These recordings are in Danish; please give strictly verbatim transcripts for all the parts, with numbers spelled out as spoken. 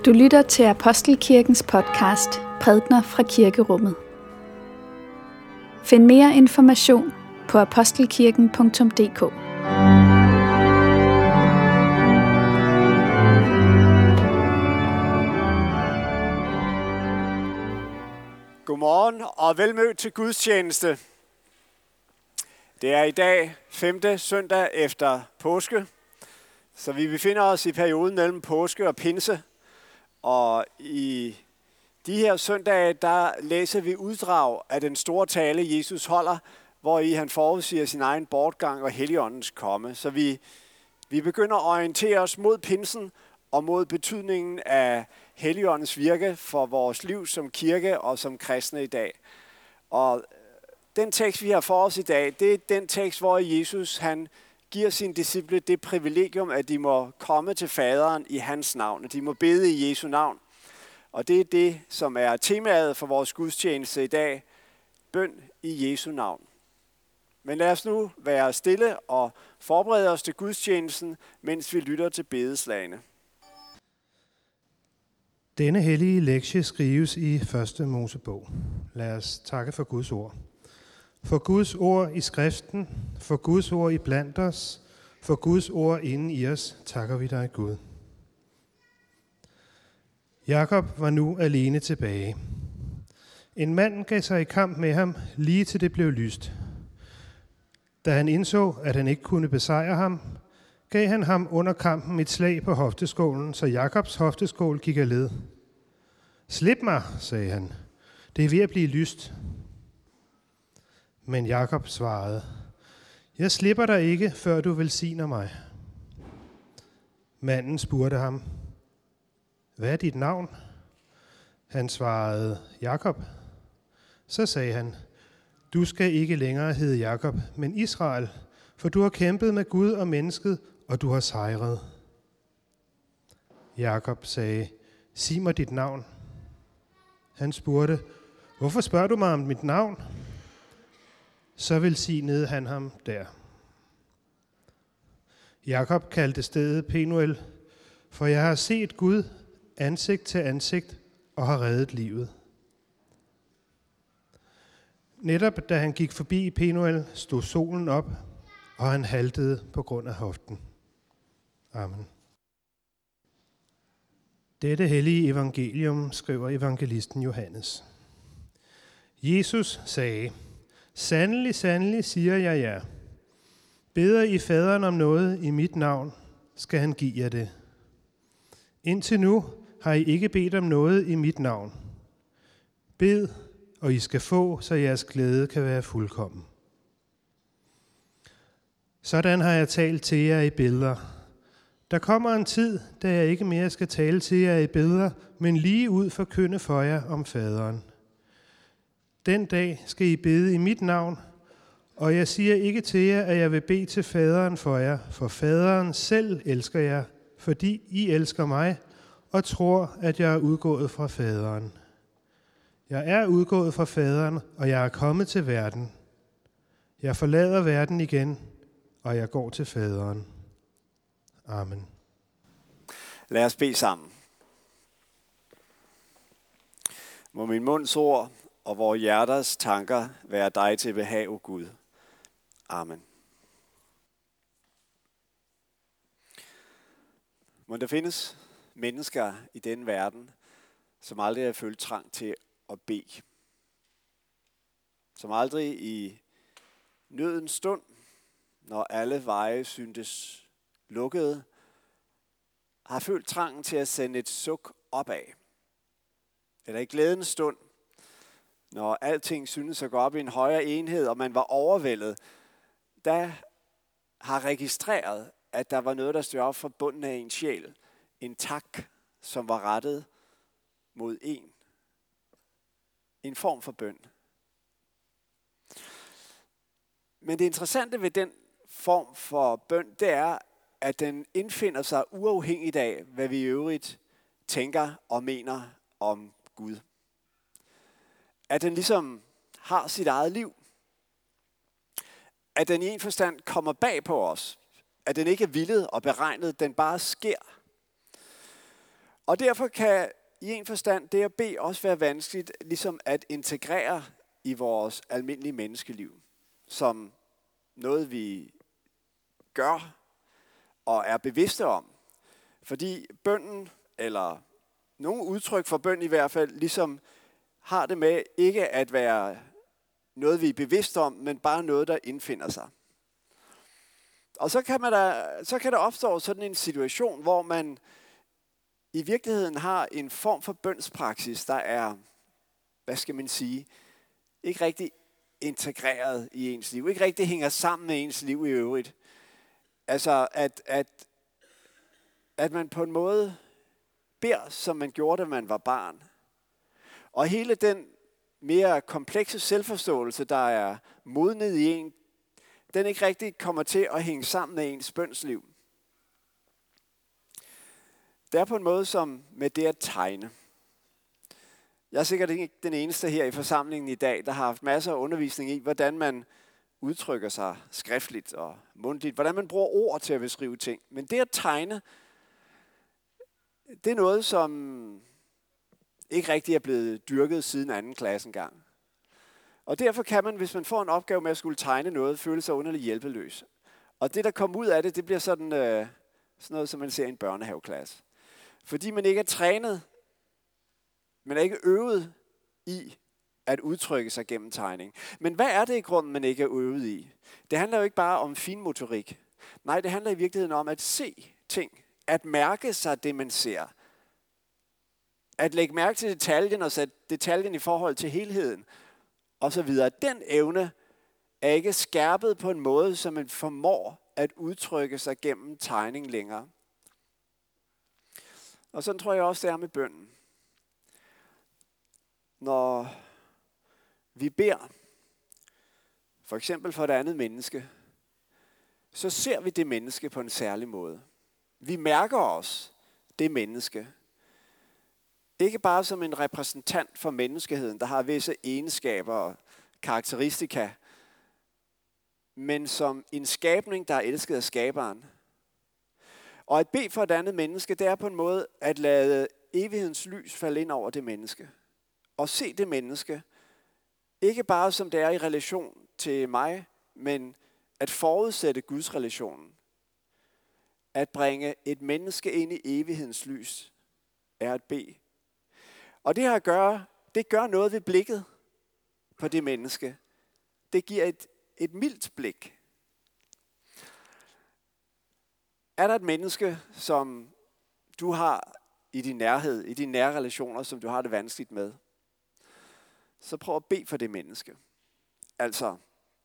Du lytter til Apostelkirkens podcast Prædner fra Kirkerummet. Find mere information på apostelkirken punktum d k. Godmorgen og velmødt til gudstjeneste. Det er i dag femte søndag efter påske, så vi befinder os i perioden mellem påske og pinse. Og i de her søndage, der læser vi uddrag af den store tale, Jesus holder, hvor i han forudsiger sin egen bortgang og Helligåndens komme. Så vi, vi begynder at orientere os mod pinsen og mod betydningen af Helligåndens virke for vores liv som kirke og som kristne i dag. Og den tekst, vi har for os i dag, det er den tekst, hvor Jesus han giver sine disciple det privilegium, at de må komme til faderen i hans navn, at de må bede i Jesu navn. Og det er det, som er temaet for vores gudstjeneste i dag, bøn i Jesu navn. Men lad os nu være stille og forberede os til gudstjenesten, mens vi lytter til bedeslagene. Denne hellige lektie skrives i første Mosebog. Lad os takke for Guds ord. For Guds ord i skriften, for Guds ord i blandt os, for Guds ord inden i os, takker vi dig, Gud. Jakob var nu alene tilbage. En mand gav sig i kamp med ham, lige til det blev lyst. Da han indså, at han ikke kunne besejre ham, gav han ham under kampen et slag på hofteskålen, så Jakobs hofteskål gik af led. Slip mig, sagde han. Det er ved at blive lyst. Men Jakob svarede, jeg slipper dig ikke, før du velsigner mig. Manden spurgte ham, hvad er dit navn? Han svarede, Jakob. Så sagde han, du skal ikke længere hedde Jakob, men Israel, for du har kæmpet med Gud og mennesket, og du har sejret. Jakob sagde, sig mig dit navn. Han spurgte, hvorfor spørger du mig om mit navn? Så velsignede han ham der. Jakob kaldte stedet Penuel, for jeg har set Gud ansigt til ansigt og har reddet livet. Netop da han gik forbi Penuel, stod solen op, og han haltede på grund af hoften. Amen. Dette hellige evangelium skriver evangelisten Johannes. Jesus sagde, sandelig, sandelig siger jeg jer, beder I faderen om noget i mit navn, skal han give jer det. Indtil nu har I ikke bedt om noget i mit navn. Bed, og I skal få, så jeres glæde kan være fuldkommen. Sådan har jeg talt til jer i billeder. Der kommer en tid, da jeg ikke mere skal tale til jer i billeder, men lige ud forkynde for jer om faderen. Den dag skal I bede i mit navn, og jeg siger ikke til jer, at jeg vil bede til faderen for jer, for faderen selv elsker jer, fordi I elsker mig og tror, at jeg er udgået fra faderen. Jeg er udgået fra faderen, og jeg er kommet til verden. Jeg forlader verden igen, og jeg går til faderen. Amen. Lad os bede sammen. Må min munds ord og vores hjerters tanker være dig til behag, o Gud. Amen. Må der findes mennesker i denne verden, som aldrig har følt trang til at bede. Som aldrig i nødens stund, når alle veje syntes lukkede, har følt trangen til at sende et suk opad. Eller i glædens stund, når alting synes at gå op i en højere enhed, og man var overvældet, der har registreret, at der var noget, der stod op fra bunden af en sjæl. En tak, som var rettet mod en. En form for bøn. Men det interessante ved den form for bøn, det er, at den indfinder sig uafhængigt af, hvad vi i øvrigt tænker og mener om Gud. At den ligesom har sit eget liv. At den i en forstand kommer bag på os. At den ikke er villet og beregnet, den bare sker. Og derfor kan i en forstand det at bede også være vanskeligt, ligesom at integrere i vores almindelige menneskeliv, som noget vi gør og er bevidste om. Fordi bønnen, eller nogle udtryk for bøn i hvert fald, ligesom har det med ikke at være noget, vi er bevidste om, men bare noget, der indfinder sig. Og så kan, man da, så kan der opstå sådan en situation, hvor man i virkeligheden har en form for bønspraksis, der er, hvad skal man sige, ikke rigtig integreret i ens liv, ikke rigtig hænger sammen med ens liv i øvrigt. Altså, at, at, at man på en måde beder, som man gjorde, da man var barn. Og hele den mere komplekse selvforståelse, der er modnet i en, den ikke rigtig kommer til at hænge sammen med ens bønsliv. Det er på en måde som med det at tegne. Jeg er sikkert ikke den eneste her i forsamlingen i dag, der har haft masser af undervisning i, hvordan man udtrykker sig skriftligt og mundtligt, hvordan man bruger ord til at beskrive ting. Men det at tegne, det er noget, som ikke rigtig er blevet dyrket siden anden klasse engang. Og derfor kan man, hvis man får en opgave med at skulle tegne noget, føle sig underligt hjælpeløs. Og det, der kommer ud af det, det bliver sådan, øh, sådan noget, som man ser i en børnehaveklasse. Fordi man ikke er trænet, man er ikke øvet i at udtrykke sig gennem tegning. Men hvad er det i grunden, man ikke er øvet i? Det handler jo ikke bare om finmotorik. Nej, det handler i virkeligheden om at se ting. At mærke sig det, man ser. At lægge mærke til detaljen og sætte detaljen i forhold til helheden. Og så videre. Den evne er ikke skærpet på en måde, som man formår at udtrykke sig gennem tegning længere. Og sådan tror jeg også, det er med bønnen. Når vi beder, for eksempel for et andet menneske, så ser vi det menneske på en særlig måde. Vi mærker os det menneske. Ikke bare som en repræsentant for menneskeheden, der har visse egenskaber og karakteristika, men som en skabning, der er elsket af skaberen. Og at bede for et andet menneske, det er på en måde at lade evighedens lys falde ind over det menneske. Og se det menneske, ikke bare som det er i relation til mig, men at forudsætte Guds relationen. At bringe et menneske ind i evighedens lys, er at bede. Og det her at gøre, det gør noget ved blikket på det menneske. Det giver et, et mildt blik. Er der et menneske, som du har i din nærhed, i dine nære relationer, som du har det vanskeligt med, så prøv at bede for det menneske. Altså,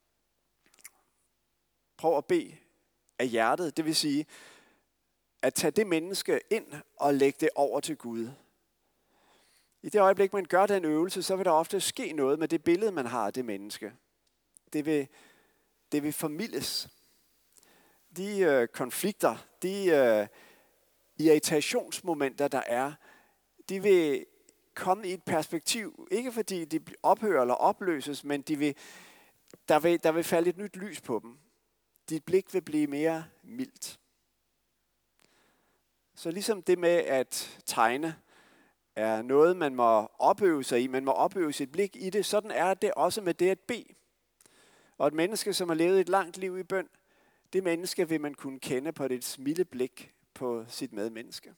prøv at bede af hjertet, det vil sige, at tage det menneske ind og lægge det over til Gud. I det øjeblik, man gør den øvelse, så vil der ofte ske noget med det billede, man har af det menneske. Det vil, det vil formildes. De øh, konflikter, de øh, irritationsmomenter, der er, de vil komme i et perspektiv, ikke fordi de ophører eller opløses, men de vil, der, vil, der vil falde et nyt lys på dem. Dit blik vil blive mere mildt. Så ligesom det med at tegne er noget, man må opøve sig i, man må opøve sit blik i det, sådan er det også med det at bede. Og et menneske, som har levet et langt liv i bøn, det menneske vil man kunne kende på det milde blik på sit medmenneske.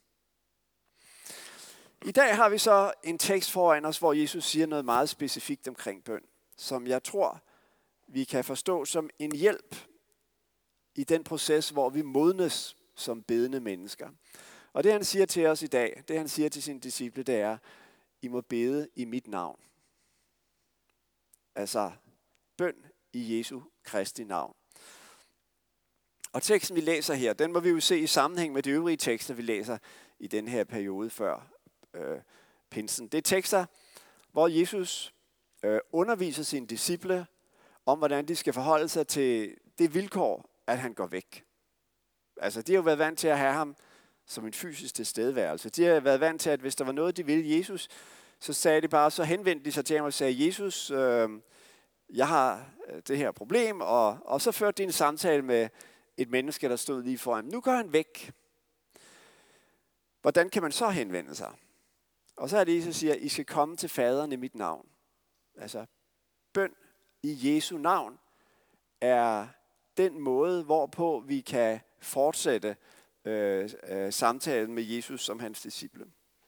I dag har vi så en tekst foran os, hvor Jesus siger noget meget specifikt omkring bøn, som jeg tror, vi kan forstå som en hjælp i den proces, hvor vi modnes som bedende mennesker. Og det han siger til os i dag, det han siger til sine disciple, det er, I må bede i mit navn. Altså bøn i Jesu Kristi navn. Og teksten vi læser her, den må vi jo se i sammenhæng med de øvrige tekster, vi læser i den her periode før øh, pinsen. Det er tekster, hvor Jesus øh, underviser sine disciple om, hvordan de skal forholde sig til det vilkår, at han går væk. Altså, de har jo været vant til at have ham som en fysisk tilstedeværelse. De har været vant til, at hvis der var noget, de ville Jesus, så sagde de bare, så henvendte de sig til ham og sagde, Jesus, øh, jeg har det her problem, og, og så førte de en samtale med et menneske, der stod lige foran ham. Nu går han væk. hvordan kan man så henvende sig? Og så er det, Jesus siger, I skal komme til faderen i mit navn. Altså, bøn i Jesu navn er den måde, hvorpå vi kan fortsætte øh, øh, samtalen med Jesus som hans disciple.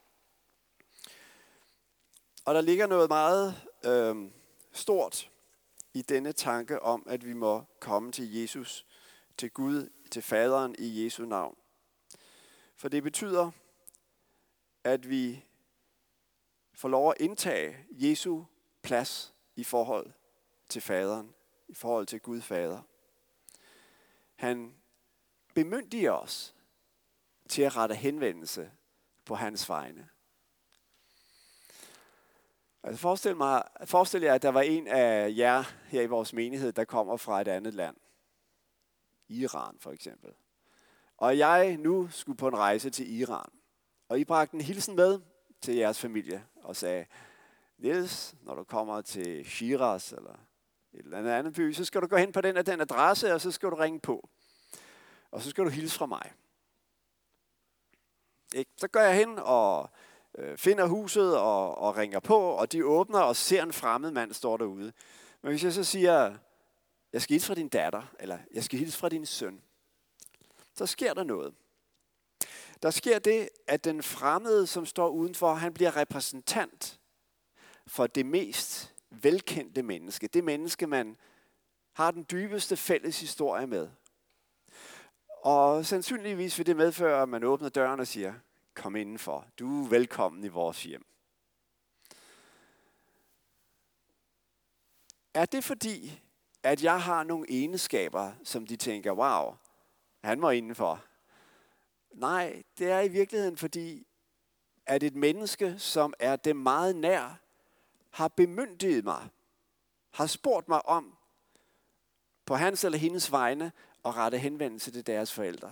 Og der ligger noget meget øh, stort i denne tanke om, at vi må komme til Jesus, til Gud, til faderen i Jesu navn. For det betyder, at vi får lov at indtage Jesu plads i forhold til faderen, i forhold til Gud fader. Han bemyndiger os til at rette henvendelse på hans vegne. Altså forestil, mig, forestil jer, at der var en af jer her i vores menighed, der kommer fra et andet land. Iran for eksempel. Og jeg nu skulle på en rejse til Iran. Og I bragte en hilsen med til jeres familie og sagde, Niels, når du kommer til Shiraz eller et eller andet by, så skal du gå hen på den og den adresse, og så skal du ringe på. Og så skal du hilse fra mig. Ikke? Så går jeg hen og øh, finder huset og, og ringer på, og de åbner og ser en fremmed mand står derude. Men hvis jeg så siger, jeg skal hilse fra din datter, eller jeg skal hilse fra din søn, så sker der noget. Der sker det, at den fremmede, som står udenfor, han bliver repræsentant for det mest velkendte menneske. Det menneske, man har den dybeste fælles historie med. Og sandsynligvis vil det medføre, at man åbner døren og siger, kom indenfor, du er velkommen i vores hjem. Er det fordi, at jeg har nogle egenskaber, som de tænker, wow, han må indenfor? Nej, det er i virkeligheden fordi, at et menneske, som er dem meget nær, har bemyndiget mig, har spurgt mig om, på hans eller hendes vegne, at rette henvendelse til deres forældre.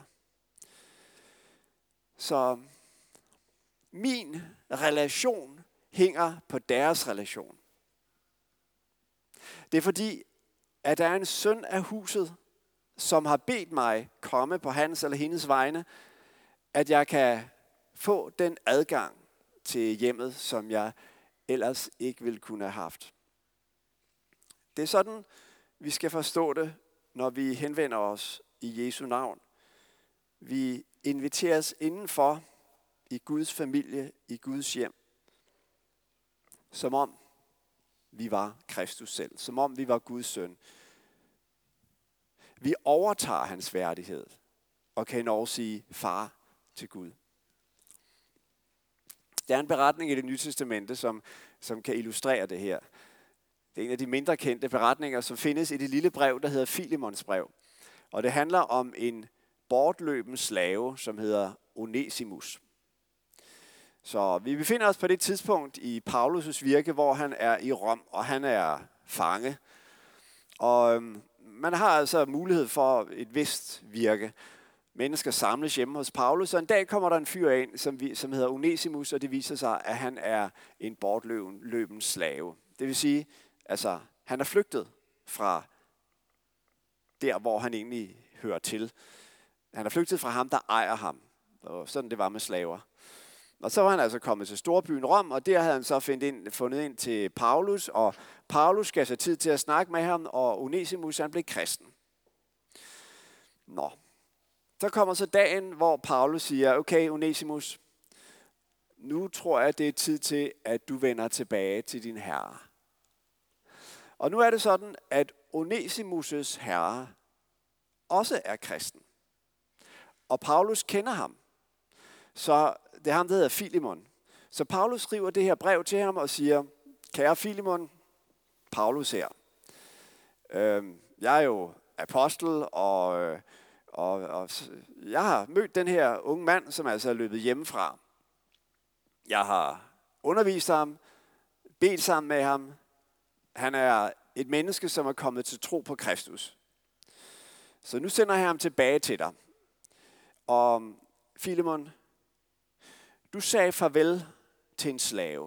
Så min relation hænger på deres relation. Det er fordi, at der er en søn af huset, som har bedt mig komme på hans eller hendes vegne, at jeg kan få den adgang til hjemmet, som jeg ellers ikke ville kunne have haft. Det er sådan, vi skal forstå det, når vi henvender os i Jesu navn. Vi inviteres indenfor i Guds familie, i Guds hjem, som om vi var Kristus selv, som om vi var Guds søn. Vi overtager hans værdighed og kan også sige far til Gud. Der er en beretning i Det Nye Testamente, som, som kan illustrere det her. Det er en af de mindre kendte beretninger, som findes i det lille brev, der hedder Filemons brev. Og det handler om en bortløben slave, som hedder Onesimus. Så vi befinder os på det tidspunkt i Paulus' virke, hvor han er i Rom, og han er fange. Og øhm, man har altså mulighed for et vist virke. Mennesker samles hjemme hos Paulus, og en dag kommer der en fyr ind, som, vi, som hedder Onesimus, og det viser sig, at han er en bortløben slave. Det vil sige, altså, han er flygtet fra der, hvor han egentlig hører til. Han er flygtet fra ham, der ejer ham. Og sådan det var med slaver. Og så var han altså kommet til storbyen Rom, og der havde han så fundet ind, fundet ind til Paulus, og Paulus gav sig tid til at snakke med ham, og Onesimus han blev kristen. Nå. Så kommer så dagen, hvor Paulus siger, okay Onesimus, nu tror jeg, det er tid til, at du vender tilbage til din herre. Og nu er det sådan, at Onesimus' herre også er kristen. Og Paulus kender ham. Så det er ham, der hedder Filemon. Så Paulus skriver det her brev til ham og siger, kære Filemon, Paulus her. Øh, jeg er jo apostel, og, og, og jeg har mødt den her unge mand, som altså er løbet hjemmefra. Jeg har undervist ham, bedt sammen med ham. Han er et menneske, som er kommet til tro på Kristus. Så nu sender jeg ham tilbage til dig. Og Filemon, du sagde farvel til en slave.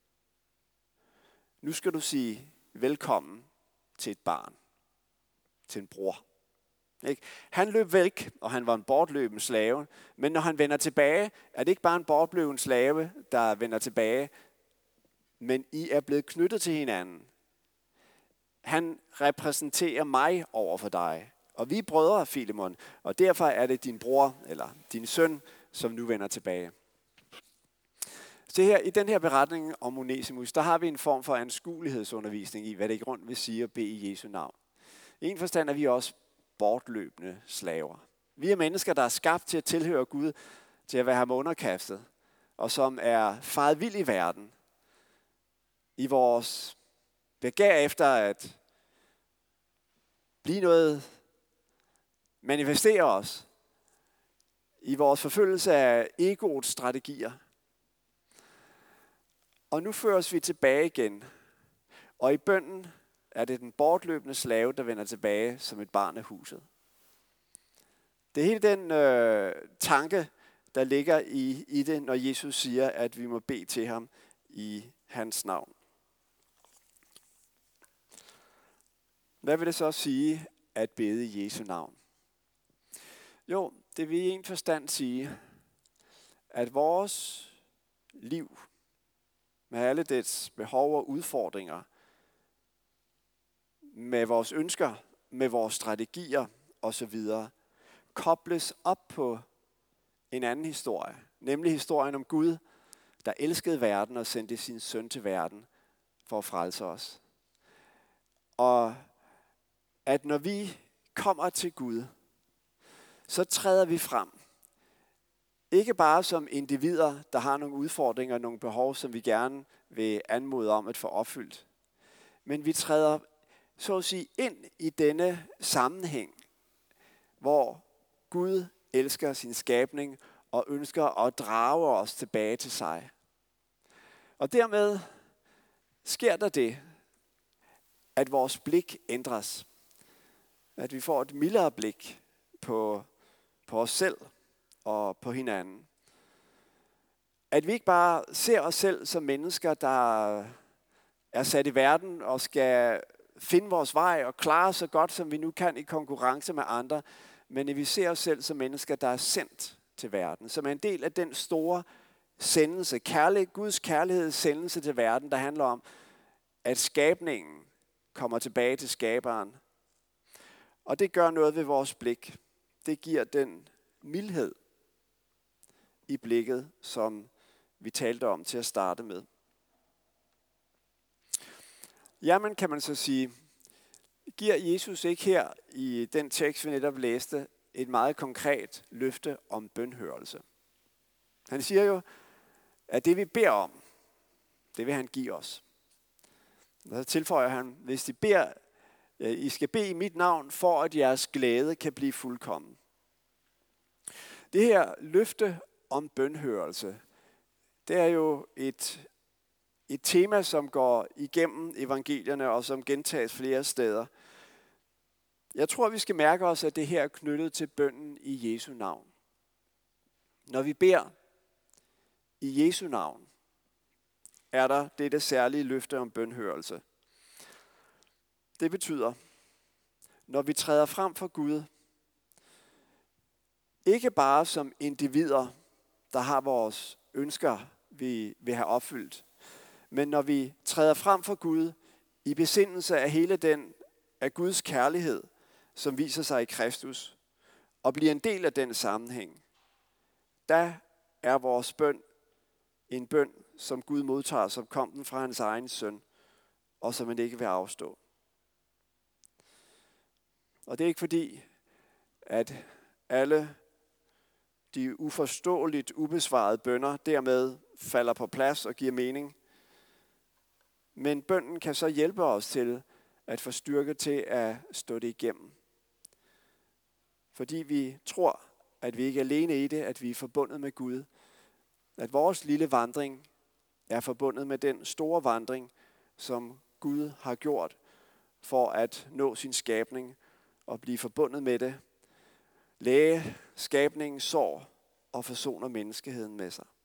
Nu skal du sige velkommen til et barn, til en bror. Ikke? Han løb væk, og han var en bortløben slave. Men når han vender tilbage, er det ikke bare en bortløben slave, der vender tilbage, men I er blevet knyttet til hinanden. Han repræsenterer mig over for dig. Og vi er brødre, Filemon, og derfor er det din bror, eller din søn, som nu vender tilbage. Så her, i den her beretning om Onesimus, der har vi en form for anskuelighedsundervisning i, hvad det i grund vil sige at bede i Jesu navn. I en forstand er vi også bortløbende slaver. Vi er mennesker, der er skabt til at tilhøre Gud, til at være ham underkastet, og som er faret vild i verden, i vores begær efter at blive noget, manifestere os, i vores forfølgelse af egoets strategier. Og nu føres vi tilbage igen, og i bønnen er det den bortløbende slave, der vender tilbage som et barn af huset. Det er hele den øh, tanke, der ligger i, i det, når Jesus siger, at vi må bede til ham i hans navn. Hvad vil det så sige at bede i Jesu navn? Jo, det vil i en forstand sige, at vores liv med alle dets behov og udfordringer, med vores ønsker, med vores strategier osv., kobles op på en anden historie, nemlig historien om Gud, der elskede verden og sendte sin søn til verden for at frelse os. Og at når vi kommer til Gud, så træder vi frem. Ikke bare som individer, der har nogle udfordringer og nogle behov, som vi gerne vil anmode om at få opfyldt. Men vi træder, så at sige, ind i denne sammenhæng, hvor Gud elsker sin skabning og ønsker at drage os tilbage til sig. Og dermed sker der det, at vores blik ændres. At vi får et mildere blik på, på os selv og på hinanden. At vi ikke bare ser os selv som mennesker, der er sat i verden og skal finde vores vej og klare så godt, som vi nu kan i konkurrence med andre, men at vi ser os selv som mennesker, der er sendt til verden, som er en del af den store sendelse, kærlighed, Guds kærligheds sendelse til verden, der handler om, at skabningen kommer tilbage til skaberen. Og det gør noget ved vores blik. Det giver den mildhed i blikket, som vi talte om til at starte med. Jamen, kan man så sige, giver Jesus ikke her i den tekst, vi netop læste, et meget konkret løfte om bønhørelse. Han siger jo, at det vi beder om, det vil han give os. Og så tilføjer han, hvis de beder, I skal bede i mit navn, for at jeres glæde kan blive fuldkommen. Det her løfte om bønhørelse, det er jo et, et tema, som går igennem evangelierne og som gentages flere steder. Jeg tror, vi skal mærke os, at det her er knyttet til bønnen i Jesu navn. Når vi beder i Jesu navn, er der dette særlige løfte om bønhørelse. Det betyder, når vi træder frem for Gud, ikke bare som individer, der har vores ønsker, vi vil have opfyldt, men når vi træder frem for Gud i besindelse af hele den af Guds kærlighed, som viser sig i Kristus, og bliver en del af den sammenhæng, der er vores bøn en bøn, som Gud modtager, som kom den fra hans egen søn, og som han ikke vil afstå. Og det er ikke fordi, at alle de uforståeligt ubesvarede bønner dermed falder på plads og giver mening. Men bønnen kan så hjælpe os til at få styrke til at stå det igennem. Fordi vi tror, at vi ikke er alene i det, at vi er forbundet med Gud. At vores lille vandring er forbundet med den store vandring, som Gud har gjort for at nå sin skabning og blive forbundet med det. Læge skabningens sår og forsoner menneskeheden med sig.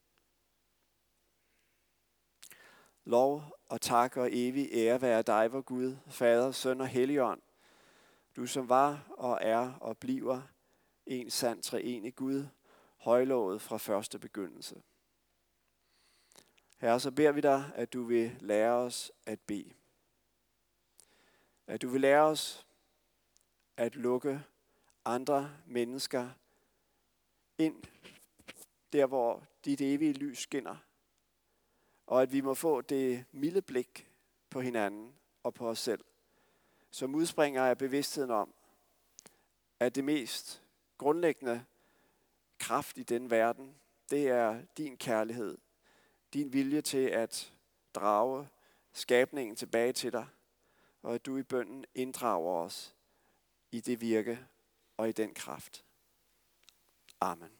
Lov og tak og evig ære være dig, vor Gud, Fader, Søn og Helligånd, Du som var og er og bliver en sand treenig Gud, højlovet fra første begyndelse. Herre, så beder vi dig, at du vil lære os at bede. At du vil lære os at lukke andre mennesker ind, der hvor dit evige lys skinner. Og at vi må få det milde blik på hinanden og på os selv, som udspringer af bevidstheden om, at det mest grundlæggende kraft i den verden, det er din kærlighed, din vilje til at drage skabningen tilbage til dig, og at du i bønnen inddrager os i det virke og i den kraft. Amen.